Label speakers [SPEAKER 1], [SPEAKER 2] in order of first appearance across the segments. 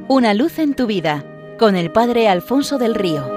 [SPEAKER 1] Una luz en tu vida, con el Padre Alfonso del Río.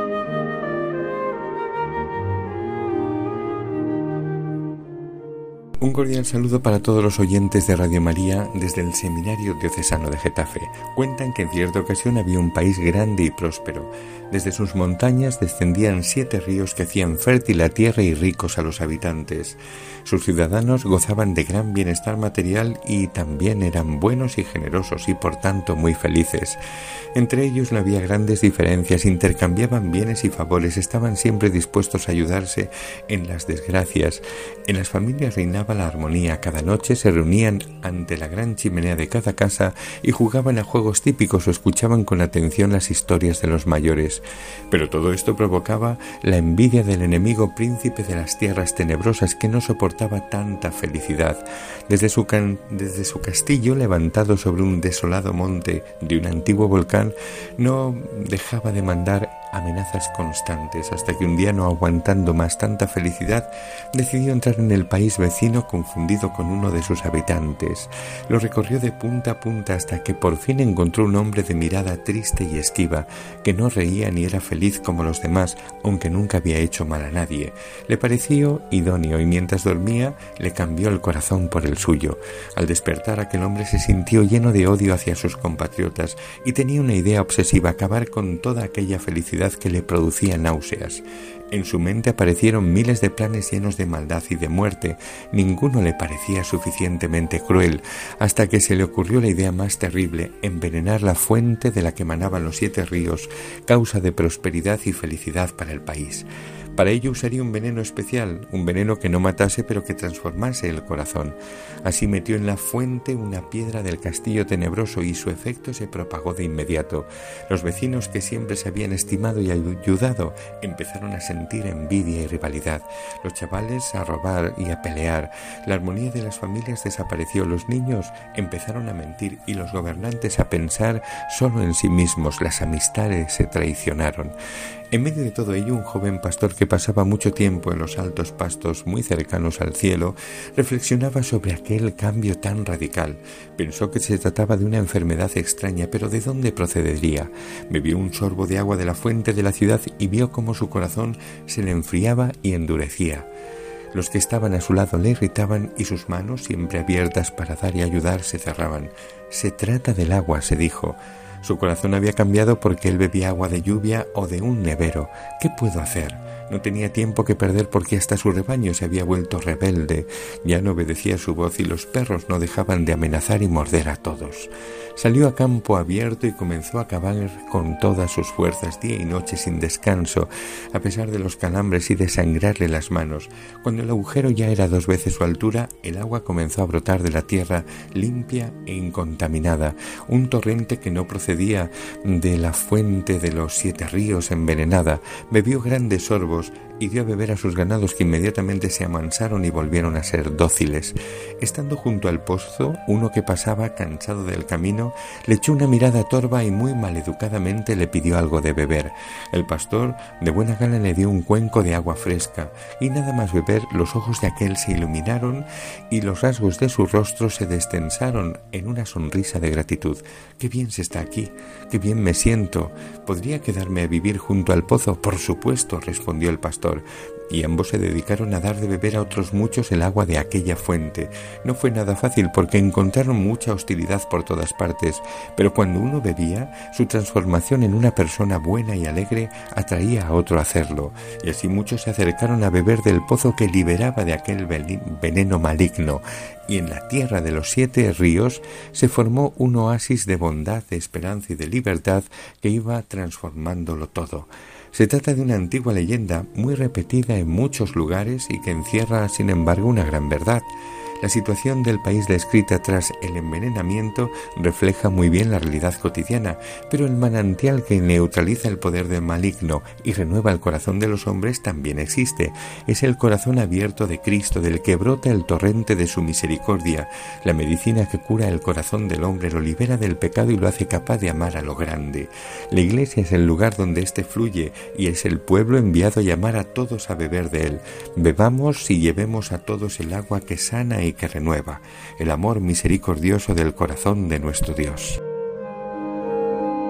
[SPEAKER 2] Un cordial saludo para todos los oyentes de Radio María desde el Seminario Diocesano de Getafe. Cuentan que en cierta ocasión había un país grande y próspero. Desde sus montañas descendían 7 ríos que hacían fértil la tierra y ricos a los habitantes. Sus ciudadanos gozaban de gran bienestar material y también eran buenos y generosos y por tanto muy felices. Entre ellos no había grandes diferencias, intercambiaban bienes y favores, estaban siempre dispuestos a ayudarse en las desgracias. En las familias reinaba la armonía, cada noche se reunían ante la gran chimenea de cada casa y jugaban a juegos típicos o escuchaban con atención las historias de los mayores. Pero todo esto provocaba la envidia del enemigo príncipe de las tierras tenebrosas, que no soportaba tanta felicidad. Desde su castillo, levantado sobre un desolado monte de un antiguo volcán, no dejaba de mandar amenazas constantes, hasta que un día, no aguantando más tanta felicidad, decidió entrar en el país vecino confundido con uno de sus habitantes. Lo recorrió de punta a punta hasta que por fin encontró un hombre de mirada triste y esquiva, que no reía ni era feliz como los demás, aunque nunca había hecho mal a nadie. Le pareció idóneo y mientras dormía le cambió el corazón por el suyo. Al despertar, aquel hombre se sintió lleno de odio hacia sus compatriotas y tenía una idea obsesiva: acabar con toda aquella felicidad que le producía náuseas. En su mente aparecieron miles de planes llenos de maldad y de muerte. Ninguno le parecía suficientemente cruel, hasta que se le ocurrió la idea más terrible: envenenar la fuente de la que emanaban los 7 ríos, causa de prosperidad y felicidad para el país. Para ello usaría un veneno especial, un veneno que no matase pero que transformase el corazón. Así metió en la fuente una piedra del castillo tenebroso y su efecto se propagó de inmediato. Los vecinos, que siempre se habían estimado y ayudado, empezaron a sentir envidia y rivalidad. Los chavales a robar y a pelear. La armonía de las familias desapareció. Los niños empezaron a mentir y los gobernantes a pensar solo en sí mismos. Las amistades se traicionaron. En medio de todo ello, un joven pastor que pasaba mucho tiempo en los altos pastos muy cercanos al cielo, reflexionaba sobre aquel cambio tan radical. Pensó que se trataba de una enfermedad extraña, pero ¿de dónde procedería? Bebió un sorbo de agua de la fuente de la ciudad y vio cómo su corazón se le enfriaba y endurecía. Los que estaban a su lado le irritaban y sus manos, siempre abiertas para dar y ayudar, se cerraban. «Se trata del agua», se dijo. Su corazón había cambiado porque él bebía agua de lluvia o de un nevero. ¿Qué puedo hacer? No tenía tiempo que perder porque hasta su rebaño se había vuelto rebelde. Ya no obedecía su voz y los perros no dejaban de amenazar y morder a todos. Salió a campo abierto y comenzó a cavar con todas sus fuerzas, día y noche sin descanso, a pesar de los calambres y de sangrarle las manos. Cuando el agujero ya era 2 veces su altura, el agua comenzó a brotar de la tierra, limpia e incontaminada. Un torrente que no procedía de la fuente de los 7 ríos envenenada. Bebió grandes sorbos y dio a beber a sus ganados, que inmediatamente se amansaron y volvieron a ser dóciles. Estando junto al pozo, uno que pasaba cansado del camino le echó una mirada torva y muy maleducadamente le pidió algo de beber. El pastor de buena gana le dio un cuenco de agua fresca y nada más beber, los ojos de aquel se iluminaron y los rasgos de su rostro se destensaron en una sonrisa de gratitud. «Qué bien se está aquí, qué bien me siento. ¿Podría quedarme a vivir junto al pozo?» «Por supuesto», respondió el pastor. Y ambos se dedicaron a dar de beber a otros muchos el agua de aquella fuente. No fue nada fácil porque encontraron mucha hostilidad por todas partes, pero cuando uno bebía, su transformación en una persona buena y alegre atraía a otro a hacerlo, y así muchos se acercaron a beber del pozo que liberaba de aquel veneno maligno, y en la tierra de los 7 ríos se formó un oasis de bondad, de esperanza y de libertad que iba transformándolo todo. Se trata de una antigua leyenda muy repetida en muchos lugares y que encierra, sin embargo, una gran verdad. La situación del país descrita tras el envenenamiento refleja muy bien la realidad cotidiana, pero el manantial que neutraliza el poder del maligno y renueva el corazón de los hombres también existe. Es el corazón abierto de Cristo, del que brota el torrente de su misericordia. La medicina que cura el corazón del hombre, lo libera del pecado y lo hace capaz de amar a lo grande. La Iglesia es el lugar donde éste fluye y es el pueblo enviado a llamar a todos a beber de él. Bebamos y llevemos a todos el agua que sana y que renueva, el amor misericordioso del corazón de nuestro Dios.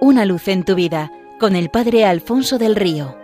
[SPEAKER 1] Una luz en tu vida, con el Padre Alfonso del Río.